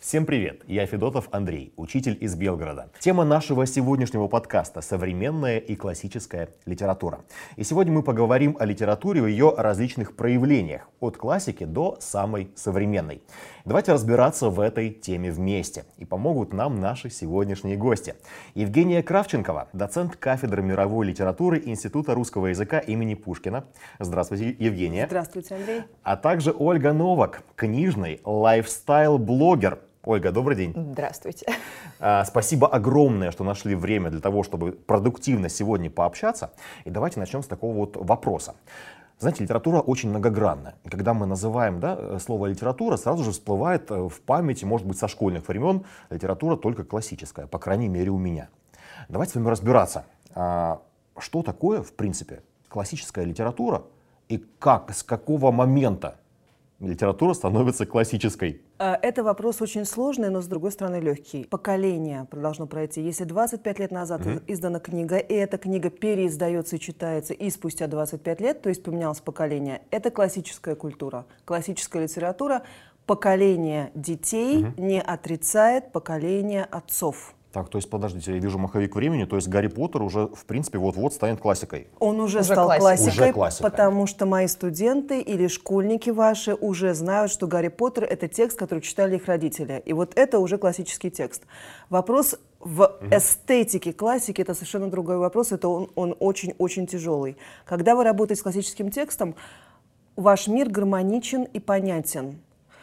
Всем привет! Я Федотов Андрей, учитель из Белгорода. Тема нашего сегодняшнего подкаста — современная и классическая литература. И сегодня мы поговорим о литературе в ее различных проявлениях, от классики до самой современной. Давайте разбираться в этой теме вместе. И помогут нам наши сегодняшние гости. Евгения Кравченкова, доцент кафедры мировой литературы Института русского языка имени Пушкина. Здравствуйте, Евгения. Здравствуйте, Андрей. А также Ольга Новак, книжный лайфстайл-блогер. Ольга, добрый день. Здравствуйте. Спасибо огромное, что нашли время для того, чтобы продуктивно сегодня пообщаться. И давайте начнем с такого вот вопроса. Знаете, литература очень многогранна. И когда мы называем слово «литература», сразу же всплывает в памяти, может быть, со школьных времен, литература только классическая, по крайней мере, у меня. Давайте с вами разбираться, что такое, в принципе, классическая литература и как, с какого момента литература становится классической. Это вопрос очень сложный, но, с другой стороны, легкий. Поколение должно пройти. Если 25 лет назад издана книга, и эта книга переиздается и читается и спустя 25 лет, то есть поменялось поколение, это классическая культура, классическая литература. Поколение детей не отрицает поколение отцов. Так, то есть, подождите, я вижу маховик времени, то есть Гарри Поттер уже, в принципе, вот-вот станет классикой. Он уже стал классикой, классика. Потому что мои студенты или школьники ваши уже знают, что Гарри Поттер — это текст, который читали их родители. И вот это уже классический текст. Вопрос в эстетике классики — это совершенно другой вопрос, это он очень-очень тяжелый. Когда вы работаете с классическим текстом, ваш мир гармоничен и понятен.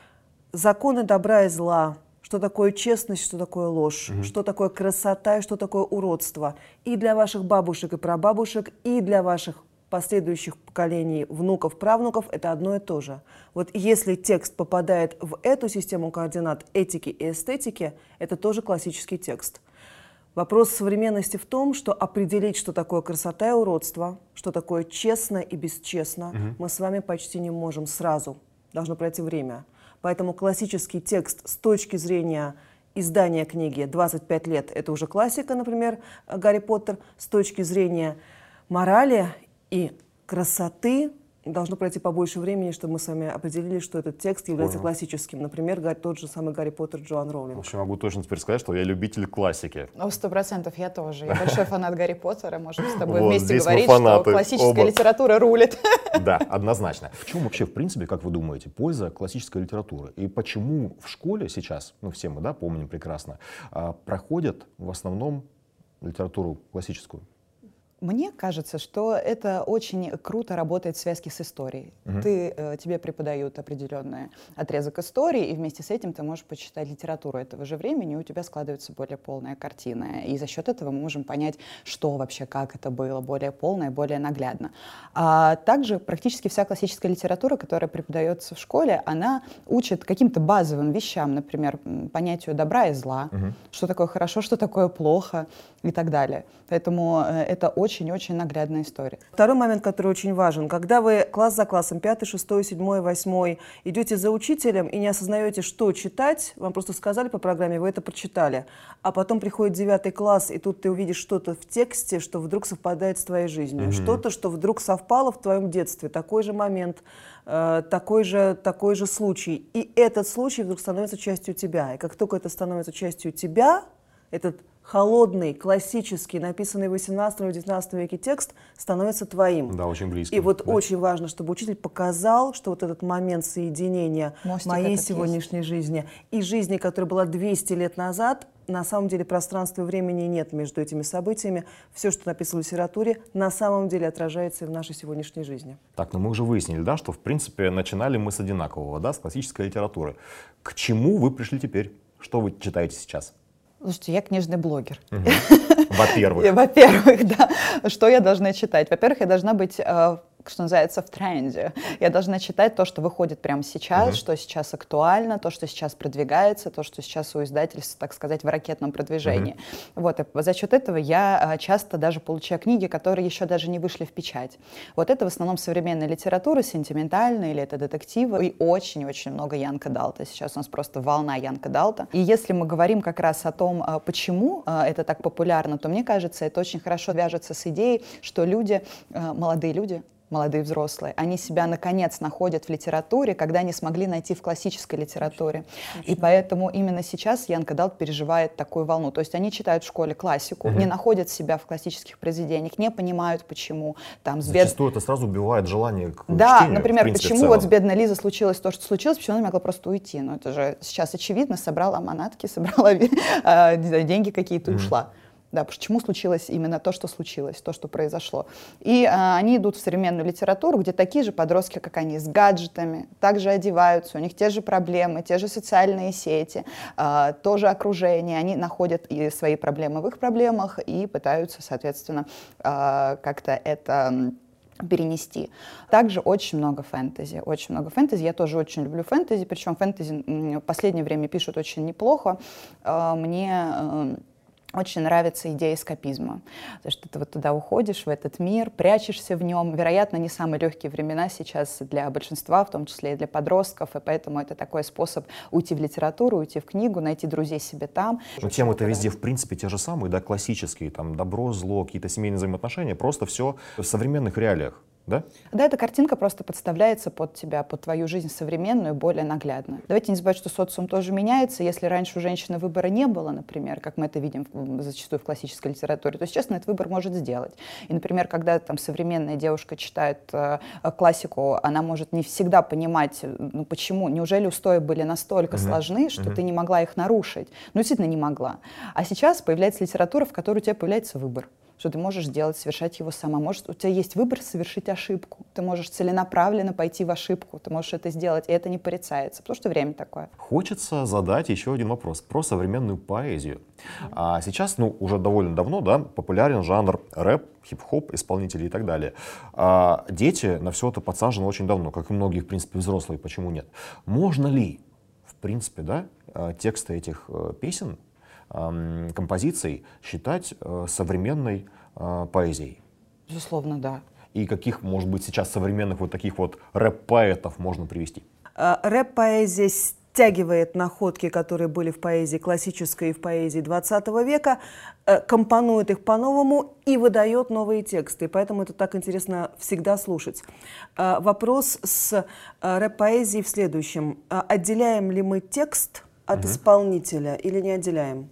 Законы добра и зла, что такое честность, что такое ложь, что такое красота и что такое уродство. И для ваших бабушек и прабабушек, и для ваших последующих поколений, внуков, правнуков это одно и то же. Вот если текст попадает в эту систему координат этики и эстетики, это тоже классический текст. Вопрос современности в том, что определить, что такое красота и уродство, что такое честно и бесчестно, мы с вами почти не можем сразу. Должно пройти время. Поэтому классический текст с точки зрения издания книги 25 лет — это уже классика, например, Гарри Поттер. С точки зрения морали и красоты должно пройти побольше времени, чтобы мы с вами определили, что этот текст является классическим. Например, тот же самый Гарри Поттер Джоан Роулинг. В общем, могу точно теперь сказать, что я любитель классики. 100% я тоже. Я большой фанат Гарри Поттера. Можем с тобой Вот, вместе говорить, что классическая литература рулит. Да, однозначно. В чем вообще, в принципе, как вы думаете, польза классической литературы? И почему в школе сейчас, все мы, помним прекрасно, проходят в основном литературу классическую? Мне кажется, что это очень круто работает в связке с историей. Тебе преподают определенный отрезок истории, и вместе с этим ты можешь почитать литературу этого же времени, и у тебя складывается более полная картина. И за счет этого мы можем понять, что вообще, как это было, более полно и более наглядно. А также практически вся классическая литература, которая преподается в школе, она учит каким-то базовым вещам, например, понятию добра и зла, что такое хорошо, что такое плохо и так далее. Поэтому это очень-очень наглядная история. Второй момент, который очень важен. Когда вы класс за классом, 5, 6, 7, 8, идете за учителем и не осознаете, что читать, вам просто сказали по программе, вы это прочитали. А потом приходит 9 класс, и тут ты увидишь что-то в тексте, что вдруг совпадает с твоей жизнью. Что-то, что вдруг совпало в твоем детстве. Такой же момент, такой же случай. И этот случай вдруг становится частью тебя. И как только это становится частью тебя, этот холодный, классический, написанный в 18-19 веке текст становится твоим. Да, очень близко. И вот очень важно, чтобы учитель показал, что вот этот момент соединения моей сегодняшней жизни и жизни, которая была 200 лет назад, на самом деле пространства и времени нет между этими событиями. Все, что написано в литературе, на самом деле отражается и в нашей сегодняшней жизни. Так, мы уже выяснили, что в принципе начинали мы с одинакового, с классической литературы. К чему вы пришли теперь? Что вы читаете сейчас? Слушайте, я книжный блогер. Во-первых. Во-первых, да. Что я должна читать? Во-первых, я должна быть что называется, в тренде. Я должна читать то, что выходит прямо сейчас, что сейчас актуально, то, что сейчас продвигается, то, что сейчас у издательств, так сказать, в ракетном продвижении. Вот, и за счет этого я часто даже получаю книги, которые еще даже не вышли в печать. Вот это в основном современная литература, сентиментальная, или это детективы, и очень-очень много Янка Далта. Сейчас у нас просто волна Янка Далта. И если мы говорим как раз о том, почему это так популярно, то мне кажется, это очень хорошо вяжется с идеей, что люди, молодые люди, молодые взрослые, они себя наконец находят в литературе, когда не смогли найти в классической литературе. И поэтому именно сейчас Young Adult переживает такую волну. То есть они читают в школе классику, не находят себя в классических произведениях, не понимают, почему. Там, Зачастую это сразу убивает желание к да, чтению, например, в принципе, почему вот с бедной Лизой случилось то, что случилось, почему она могла просто уйти. Ну это же сейчас очевидно, собрала манатки, собрала деньги какие-то и ушла. Да, почему случилось именно то, что случилось, то, что произошло. И они идут в современную литературу, где такие же подростки, как они, с гаджетами, также одеваются, у них те же проблемы, те же социальные сети, тоже окружение. Они находят и свои проблемы в их проблемах и пытаются, соответственно, как-то это перенести. Также очень много фэнтези, очень много фэнтези. Я тоже очень люблю фэнтези, причем фэнтези в последнее время пишут очень неплохо. Мне очень нравится идея эскапизма. То, что ты вот туда уходишь, в этот мир, прячешься в нем. Вероятно, не самые легкие времена сейчас для большинства, в том числе и для подростков, и поэтому это такой способ уйти в литературу, уйти в книгу, найти друзей себе там. Но темы-то везде, в принципе, те же самые, да, классические, там, добро, зло, какие-то семейные взаимоотношения, просто все в современных реалиях. Да? Да, эта картинка просто подставляется под тебя, под твою жизнь современную, более наглядно. Давайте не забывать, что социум тоже меняется. Если раньше у женщины выбора не было, например, как мы это видим зачастую в классической литературе, то сейчас она этот выбор может сделать. И, например, когда там современная девушка читает классику, она может не всегда понимать, ну почему, неужели устои были настолько сложны, что ты не могла их нарушить? Ну, действительно не могла. А сейчас появляется литература, в которой у тебя появляется выбор, что ты можешь делать, совершать его сама. Может, у тебя есть выбор совершить ошибку. Ты можешь целенаправленно пойти в ошибку. Ты можешь это сделать, и это не порицается, потому что время такое. Хочется задать еще один вопрос про современную поэзию. А сейчас, ну, уже довольно давно, да, популярен жанр рэп, хип-хоп, исполнители и так далее. А дети на все это подсажены очень давно, как и многие, в принципе, взрослые, почему нет? Можно ли, в принципе, да, тексты этих песен, композиций считать современной поэзией? Безусловно, да. И каких, может быть, сейчас современных вот таких вот рэп-поэтов можно привести? Рэп-поэзия стягивает находки, которые были в поэзии классической и в поэзии 20 века, компонует их по-новому и выдает новые тексты. И поэтому это так интересно всегда слушать. Вопрос с рэп-поэзией в следующем. Отделяем ли мы текст от исполнителя или не отделяем?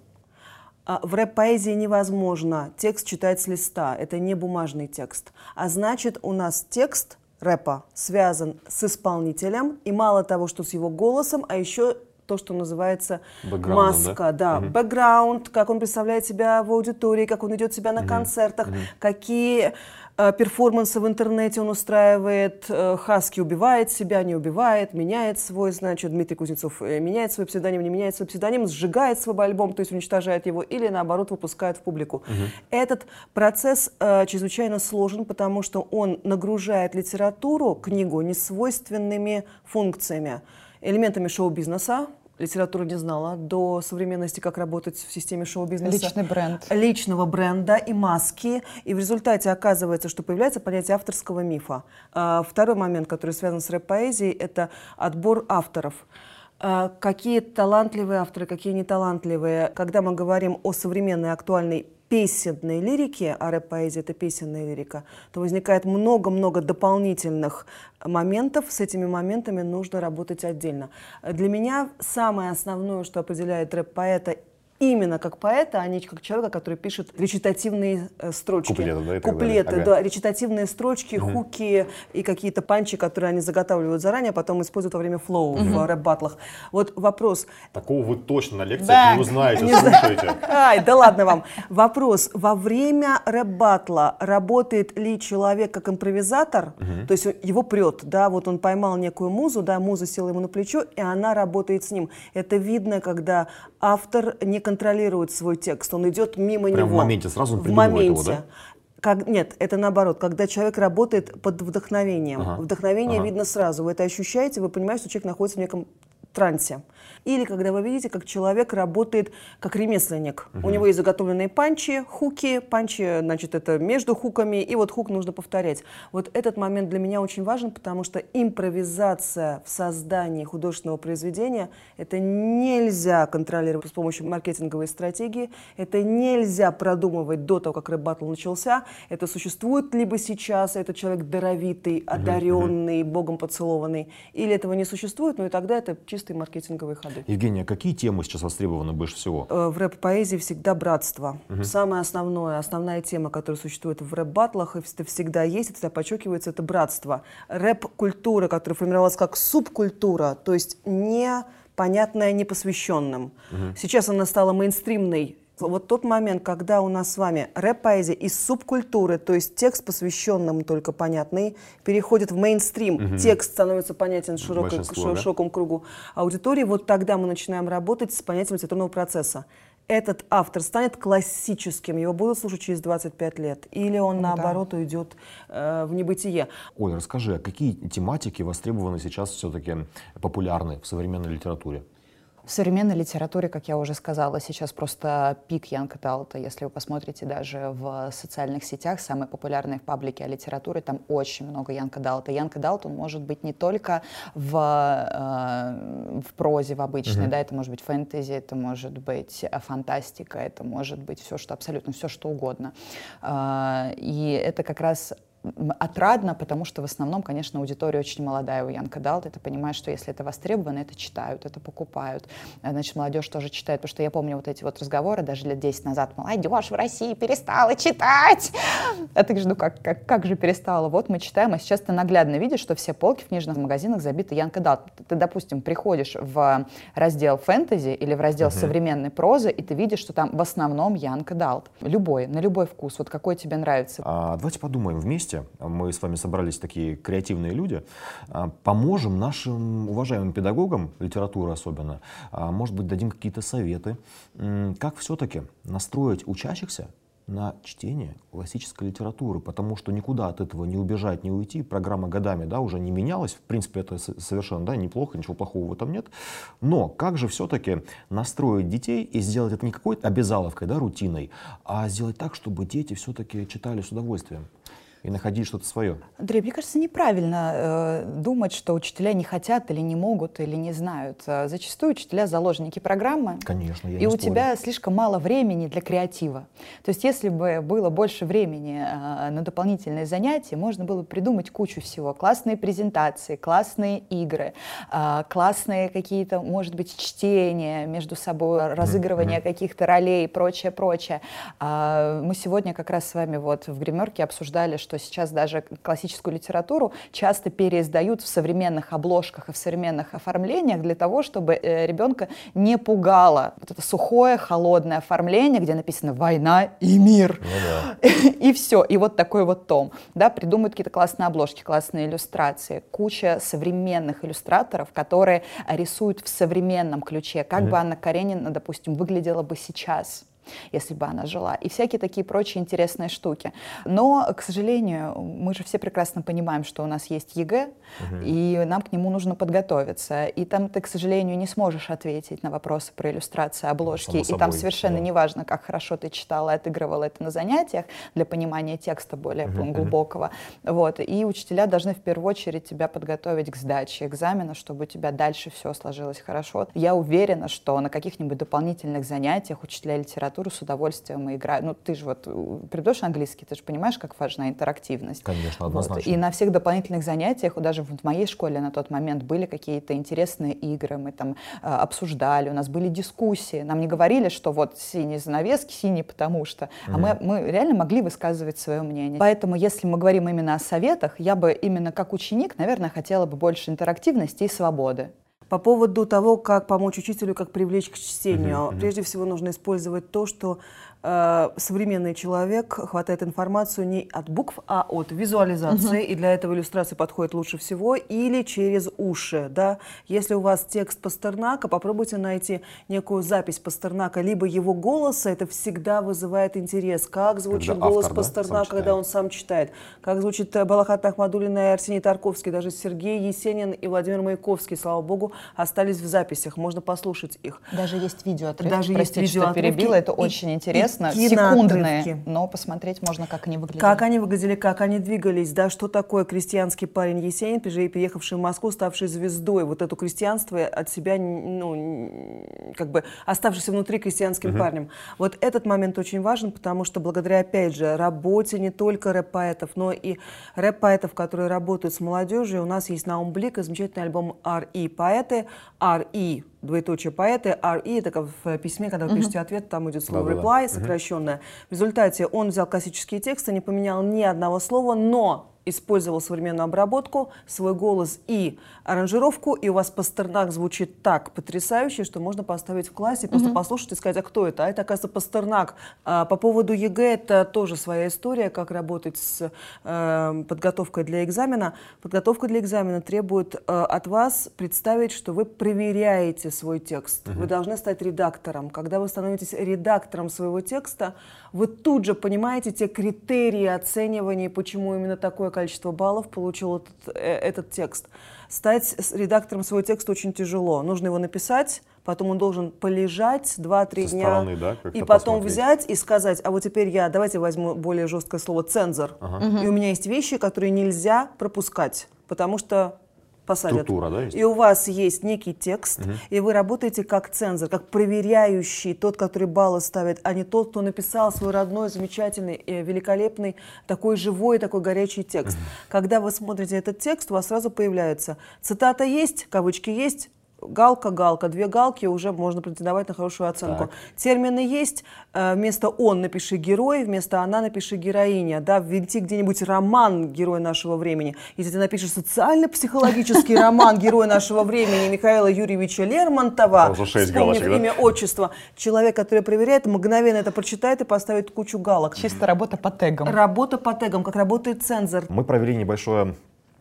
В рэп-поэзии невозможно текст читать с листа, это не бумажный текст. А значит, у нас текст рэпа связан с исполнителем, и мало того, что с его голосом, а еще то, что называется маска. Да? Бэкграунд, как он представляет себя в аудитории, как он идет себя на концертах, какие перформансы в интернете он устраивает. Хаски убивает себя, не убивает, меняет свой, значит, Дмитрий Кузнецов меняет свой псевдоним, не меняет свой псевдоним, сжигает свой альбом, то есть уничтожает его, или наоборот выпускает в публику. Этот процесс чрезвычайно сложен, потому что он нагружает литературу, книгу, несвойственными функциями, элементами шоу-бизнеса. Литература не знала до современности, как работать в системе шоу-бизнеса. Личный бренд. Личного бренда и маски. И в результате оказывается, что появляется понятие авторского мифа. Второй момент, который связан с рэп-поэзией, это отбор авторов. Какие талантливые авторы, какие неталантливые. Когда мы говорим о современной актуальной песенной лирике, а рэп-поэзия — это песенная лирика, то возникает много-много дополнительных моментов. С этими моментами нужно работать отдельно. Для меня самое основное, что определяет рэп-поэта именно как поэта, а не как человека, который пишет речитативные строчки. Куплеты, да, да, речитативные строчки, хуки и какие-то панчи, которые они заготавливают заранее, а потом используют во время флоу в рэп-баттлах. Вот вопрос. Такого вы точно на лекциях не узнаете, слушайте. Ай, да ладно вам. Вопрос. Во время рэп-баттла работает ли человек как импровизатор, то есть его прет, да, вот он поймал некую музу, да, муза села ему на плечо, и она работает с ним. Это видно, когда автор не контролирует свой текст, он идет мимо него. Прям в моменте сразу он придумывает его, да? Нет, это наоборот, когда человек работает под вдохновением. Вдохновение видно сразу, вы это ощущаете, вы понимаете, что человек находится в неком трансе. Или когда вы видите, как человек работает как ремесленник. У него есть заготовленные панчи, хуки. Панчи, значит, это между хуками, и вот хук нужно повторять. Вот этот момент для меня очень важен, потому что импровизация в создании художественного произведения — это нельзя контролировать с помощью маркетинговой стратегии, это нельзя продумывать до того, как рэп-баттл начался. Это существует либо сейчас, этот человек даровитый, одаренный, богом поцелованный, или этого не существует, ну и тогда это чистые маркетинговые ходы. Евгения, какие темы сейчас востребованы больше всего? В рэп-поэзии всегда братство. Самое основное, основная тема, которая существует в рэп-баттлах, это всегда есть, это всегда подчеркивается, это братство. Рэп-культура, которая формировалась как субкультура, то есть непонятная непосвященным. Сейчас она стала мейнстримной. Вот тот момент, когда у нас с вами рэп-поэзия из субкультуры, то есть текст, посвященным только понятный, переходит в мейнстрим, текст становится понятен широкому кругу аудитории, вот тогда мы начинаем работать с понятием литературного процесса. Этот автор станет классическим, его будут слушать через 25 лет, или он, наоборот, уйдет в небытие. Оля, расскажи, а какие тематики востребованы сейчас все-таки популярны в современной литературе? В современной литературе, как я уже сказала, сейчас просто пик Янг Адалта. Если вы посмотрите даже в социальных сетях, самые популярные в паблике о литературе, там очень много Янг Адалта. Янг Адалт, он может быть не только в прозе, в обычной, да, это может быть фэнтези, это может быть фантастика, это может быть все, что абсолютно все, что угодно. И это как раз отрадно, потому что в основном, конечно, аудитория очень молодая у Янг Адалт. Ты понимаешь, что если это востребовано, это читают, это покупают. Значит, молодежь тоже читает. Потому что я помню вот эти вот разговоры, даже лет 10 назад, молодежь в России перестала читать. А ты говоришь, ну как же перестала? Вот мы читаем, а сейчас ты наглядно видишь, что все полки в книжных магазинах забиты Янг Адалт. Ты, допустим, приходишь в раздел фэнтези или в раздел современной прозы, и ты видишь, что там в основном Янг Адалт. Любой, на любой вкус, вот какой тебе нравится. Давайте подумаем вместе. Мы с вами собрались такие креативные люди. Поможем нашим уважаемым педагогам, литературы особенно, может быть, дадим какие-то советы, как все-таки настроить учащихся на чтение классической литературы, потому что никуда от этого не убежать, не уйти. Программа годами, да, уже не менялась. В принципе, это совершенно, да, неплохо, ничего плохого в этом нет. Но как же все-таки настроить детей и сделать это не какой-то обязаловкой, да, рутиной, а сделать так, чтобы дети все-таки читали с удовольствием и находить что-то свое? Андрей, мне кажется, неправильно думать, что учителя не хотят или не могут, или не знают. Зачастую учителя заложники программы. Конечно, я не И у спорю. тебя слишком мало времени для креатива. То есть если бы было больше времени на дополнительные занятия, можно было бы придумать кучу всего. Классные презентации, классные игры, классные какие-то, может быть, чтения между собой, разыгрывание каких-то ролей и прочее, прочее. Мы сегодня как раз с вами вот в гримерке обсуждали, что сейчас даже классическую литературу часто переиздают в современных обложках и в современных оформлениях для того, чтобы ребенка не пугало вот это сухое, холодное оформление, где написано «Война и мир». Ну, да. И все. И вот такой вот том. Да, придумают какие-то классные обложки, классные иллюстрации. Куча современных иллюстраторов, которые рисуют в современном ключе. Как бы Анна Каренина, допустим, выглядела бы сейчас, если бы она жила, и всякие такие прочие интересные штуки. Но, к сожалению, мы же все прекрасно понимаем, что у нас есть ЕГЭ, и нам к нему нужно подготовиться. И там ты, к сожалению, не сможешь ответить на вопросы про иллюстрации, обложки. И там совершенно не важно, как хорошо ты читала, отыгрывала это на занятиях для понимания текста более глубокого. Вот. И учителя должны в первую очередь тебя подготовить к сдаче экзамена, чтобы у тебя дальше все сложилось хорошо. Я уверена, что на каких-нибудь дополнительных занятиях учителя литературы с удовольствием играют. Ну, ты же вот преподаешь английский, ты же понимаешь, как важна интерактивность. Конечно, однозначно. Вот. И на всех дополнительных занятиях, даже в моей школе на тот момент были какие-то интересные игры, мы там обсуждали, у нас были дискуссии. Нам не говорили, что вот синие занавески, синие потому что. А мы реально могли высказывать свое мнение. Поэтому, если мы говорим именно о советах, я бы именно как ученик, наверное, хотела бы больше интерактивности и свободы. По поводу того, как помочь учителю, как привлечь к чтению. Прежде всего нужно использовать то, что современный человек хватает информацию не от букв, а от визуализации, и для этого иллюстрация подходит лучше всего, или через уши. Да? Если у вас текст Пастернака, попробуйте найти некую запись Пастернака, либо его голоса, это всегда вызывает интерес. Как звучит Когда голос автор, да, Пастернака, когда он сам читает, как звучит Балахат Ахмадуллина и Арсений Тарковский, даже Сергей Есенин и Владимир Маяковский, слава богу, остались в записях, можно послушать их. Даже есть видеоотрывки, Даже простите, есть что видеоотрывки, перебила, это очень интересно, секундные, но посмотреть можно, как они выглядели. Как они выглядели, как они двигались, да, что такое крестьянский парень Есенин, переехавший в Москву, ставший звездой, вот это крестьянство от себя, ну, как бы оставшийся внутри крестьянским парнем. Вот этот момент очень важен, потому что благодаря, опять же, работе не только рэп-поэтов, но и рэп-поэтов, которые работают с молодежью, у нас есть Наум Блик и замечательный альбом «R.E. Поэты», «R.E. двоеточие поэты, RE, это как в письме, когда вы пишете ответ, там идет слово reply, сокращенное. В результате он взял классические тексты, не поменял ни одного слова, но использовал современную обработку, свой голос и аранжировку, и у вас Пастернак звучит так потрясающе, что можно поставить в классе, просто послушать и сказать, а кто это? А это, оказывается, Пастернак. По поводу ЕГЭ это тоже своя история, как работать с подготовкой для экзамена. Подготовка для экзамена требует от вас представить, что вы проверяете свой текст. Вы должны стать редактором. Когда вы становитесь редактором своего текста, вы тут же понимаете те критерии оценивания, почему именно такое количество баллов получил этот текст. Стать редактором своего текста очень тяжело. Нужно его написать, потом он должен полежать 2-3 дня, стороны, да, и потом взять и сказать, а вот теперь давайте возьму более жесткое слово, цензор. И у меня есть вещи, которые нельзя пропускать, потому что посадят. Структура, да, есть? И у вас есть некий текст, и вы работаете как цензор, как проверяющий, тот, который баллы ставит, а не тот, кто написал свой родной, замечательный, великолепный, такой живой, такой горячий текст. Когда вы смотрите этот текст, у вас сразу появляется цитата есть, кавычки есть, галка, галка, 2 галки, уже можно претендовать на хорошую оценку. Так. Термины есть, вместо «он» напиши «герой», вместо «она» напиши «героиня». Да, введи где-нибудь роман «Герой нашего времени». Если ты напишешь социально-психологический роман «Герой нашего времени» Михаила Юрьевича Лермонтова, вспомнив имя, отчество, человек, который проверяет, мгновенно это прочитает и поставит кучу галок. Чисто работа по тегам. Работа по тегам, как работает цензор. Мы провели небольшое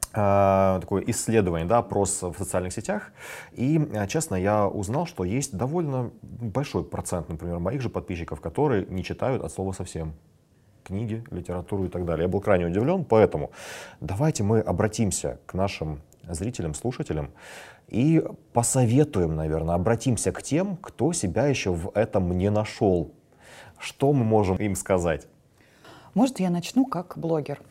такое исследование, да, опрос в социальных сетях, и, честно, я узнал, что есть довольно большой процент, например, моих же подписчиков, которые не читают от слова совсем книги, литературу и так далее. Я был крайне удивлен, поэтому давайте мы обратимся к нашим зрителям, слушателям и посоветуем, наверное, обратимся к тем, кто себя еще в этом не нашел. Что мы можем им сказать? Может, я начну как блогер.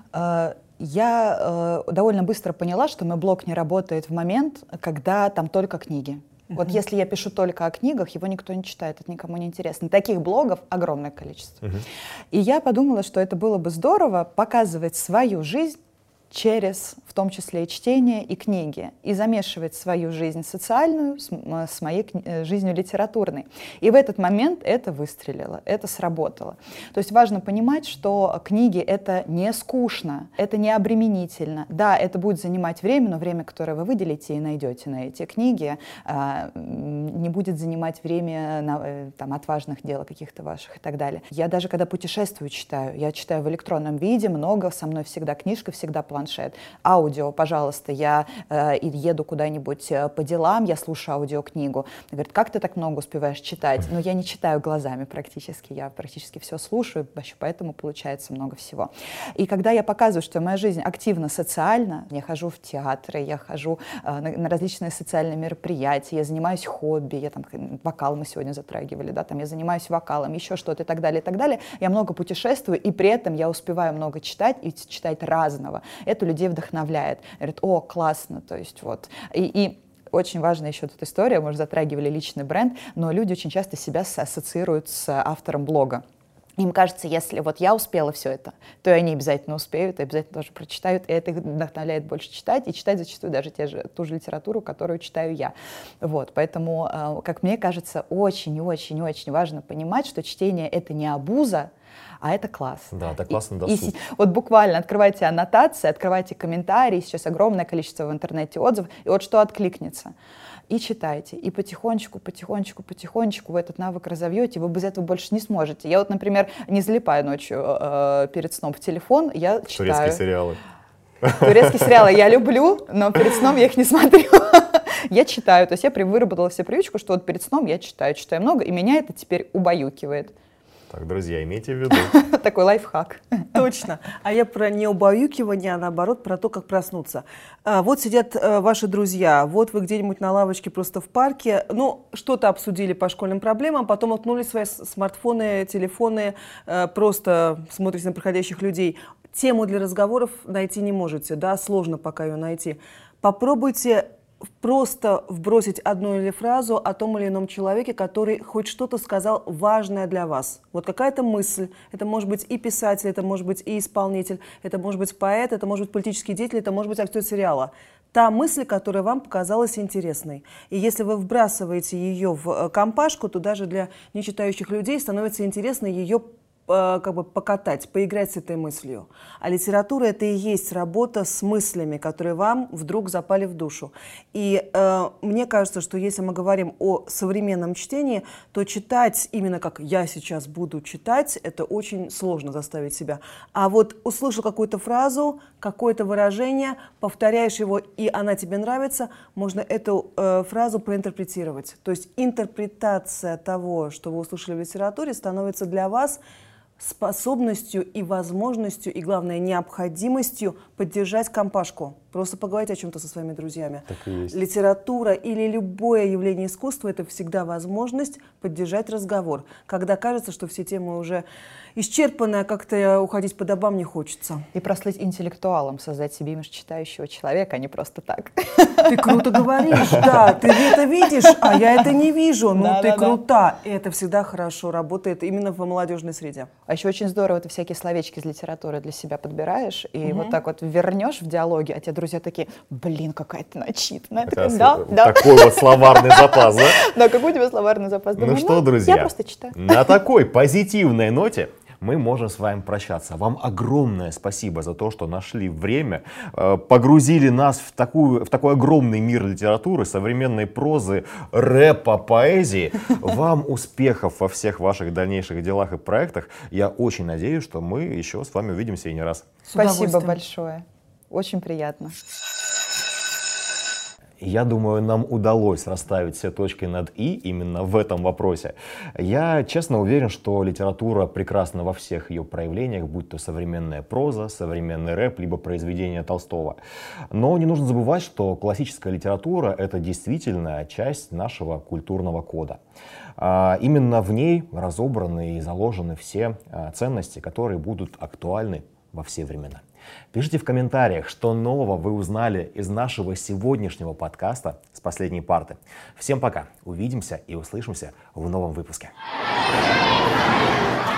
Я довольно быстро поняла, что мой блог не работает в момент, когда там только книги. Вот если я пишу только о книгах, его никто не читает, это никому не интересно. Таких блогов огромное количество. И я подумала, что это было бы здорово показывать свою жизнь через, в том числе, и чтение, и книги, и замешивать свою жизнь социальную с моей жизнью литературной. И в этот момент это выстрелило, это сработало. То есть важно понимать, что книги — это не скучно, это не обременительно. Да, это будет занимать время, но время, которое вы выделите и найдете на эти книги, не будет занимать время от важных дел каких-то ваших и так далее. Я даже когда путешествую, читаю. Я читаю в электронном виде, много, со мной всегда книжка, всегда планшет. Аудио, пожалуйста, я еду куда-нибудь по делам, я слушаю аудиокнигу. Говорит, как ты так много успеваешь читать? Но я не читаю глазами практически, я практически все слушаю, поэтому получается много всего. И когда я показываю, что моя жизнь активно социальна, я хожу в театры, я хожу на различные социальные мероприятия, я занимаюсь хобби, я там вокал мы сегодня затрагивали, да, там я занимаюсь вокалом, еще что-то и так далее, я много путешествую, и при этом я успеваю много читать и читать разного. Это людей вдохновляет. Говорят, о, классно, то есть вот. И очень важная еще тут история, мы уже затрагивали личный бренд, но люди очень часто себя ассоциируют с автором блога. Им кажется, если вот я успела все это, то и они обязательно успеют, и обязательно тоже прочитают, и это их вдохновляет больше читать, и читать зачастую даже ту же литературу, которую читаю я. Вот, поэтому, как мне кажется, очень-очень-очень важно понимать, что чтение — это не обуза, А это класс. Да, это классный досуг. Вот буквально открывайте аннотации, открывайте комментарии, сейчас огромное количество в интернете отзывов, и вот что откликнется. И читайте, и потихонечку вы этот навык разовьете, вы без этого больше не сможете. Я вот, например, не залипаю ночью перед сном в телефон, я читаю. Турецкие сериалы. Турецкие сериалы я люблю, но перед сном я их не смотрю. Я читаю, то есть я выработала себе привычку, что вот перед сном я читаю много, и меня это теперь убаюкивает. Так, друзья, имейте в виду. Такой лайфхак. Точно. А я про не убаюкивание, а наоборот про то, как проснуться. Вот сидят ваши друзья, вот вы где-нибудь на лавочке просто в парке, ну, что-то обсудили по школьным проблемам, потом уткнули свои смартфоны, телефоны, просто смотрите на проходящих людей. Тему для разговоров найти не можете, да, сложно пока ее найти. Попробуйте просто вбросить одну или фразу о том или ином человеке, который хоть что-то сказал важное для вас. Вот какая-то мысль, это может быть и писатель, это может быть и исполнитель, это может быть поэт, это может быть политический деятель, это может быть актер сериала. Та мысль, которая вам показалась интересной. И если вы вбрасываете ее в компашку, то даже для нечитающих людей становится интересно ее как бы покатать, поиграть с этой мыслью. А литература — это и есть работа с мыслями, которые вам вдруг запали в душу. И мне кажется, что если мы говорим о современном чтении, то читать именно как я сейчас буду читать, это очень сложно заставить себя. А вот услышал какую-то фразу, какое-то выражение, повторяешь его, и она тебе нравится, можно эту фразу проинтерпретировать. То есть интерпретация того, что вы услышали в литературе, становится для вас способностью и возможностью, и, главное, необходимостью поддержать компашку. Просто поговорить о чем-то со своими друзьями. Так и есть. Литература или любое явление искусства — это всегда возможность поддержать разговор. Когда кажется, что все темы уже исчерпаны, а как-то уходить по добам не хочется. И прослыть интеллектуалом, создать себе имидж читающего человека, а не просто так. Ты круто говоришь, да, ты это видишь, а я это не вижу, но ты крута. И это всегда хорошо работает именно в молодежной среде. А еще очень здорово, ты всякие словечки из литературы для себя подбираешь, и вот так вот вернешь в диалоге, а те друзья такие: блин, какая ты начитанная. Такой вот словарный запас, да? Да, какой у тебя словарный запас? Ну что, друзья, я просто читаю. На такой позитивной ноте мы можем с вами прощаться. Вам огромное спасибо за то, что нашли время, погрузили нас в такой огромный мир литературы, современной прозы, рэпа, поэзии. Вам успехов во всех ваших дальнейших делах и проектах. Я очень надеюсь, что мы еще с вами увидимся и не раз. Спасибо большое. Очень приятно. Я думаю, нам удалось расставить все точки над «и» именно в этом вопросе. Я честно уверен, что литература прекрасна во всех ее проявлениях, будь то современная проза, современный рэп, либо произведения Толстого. Но не нужно забывать, что классическая литература — это действительно часть нашего культурного кода. Именно в ней разобраны и заложены все ценности, которые будут актуальны во все времена. Пишите в комментариях, что нового вы узнали из нашего сегодняшнего подкаста «С последней парты». Всем пока, увидимся и услышимся в новом выпуске.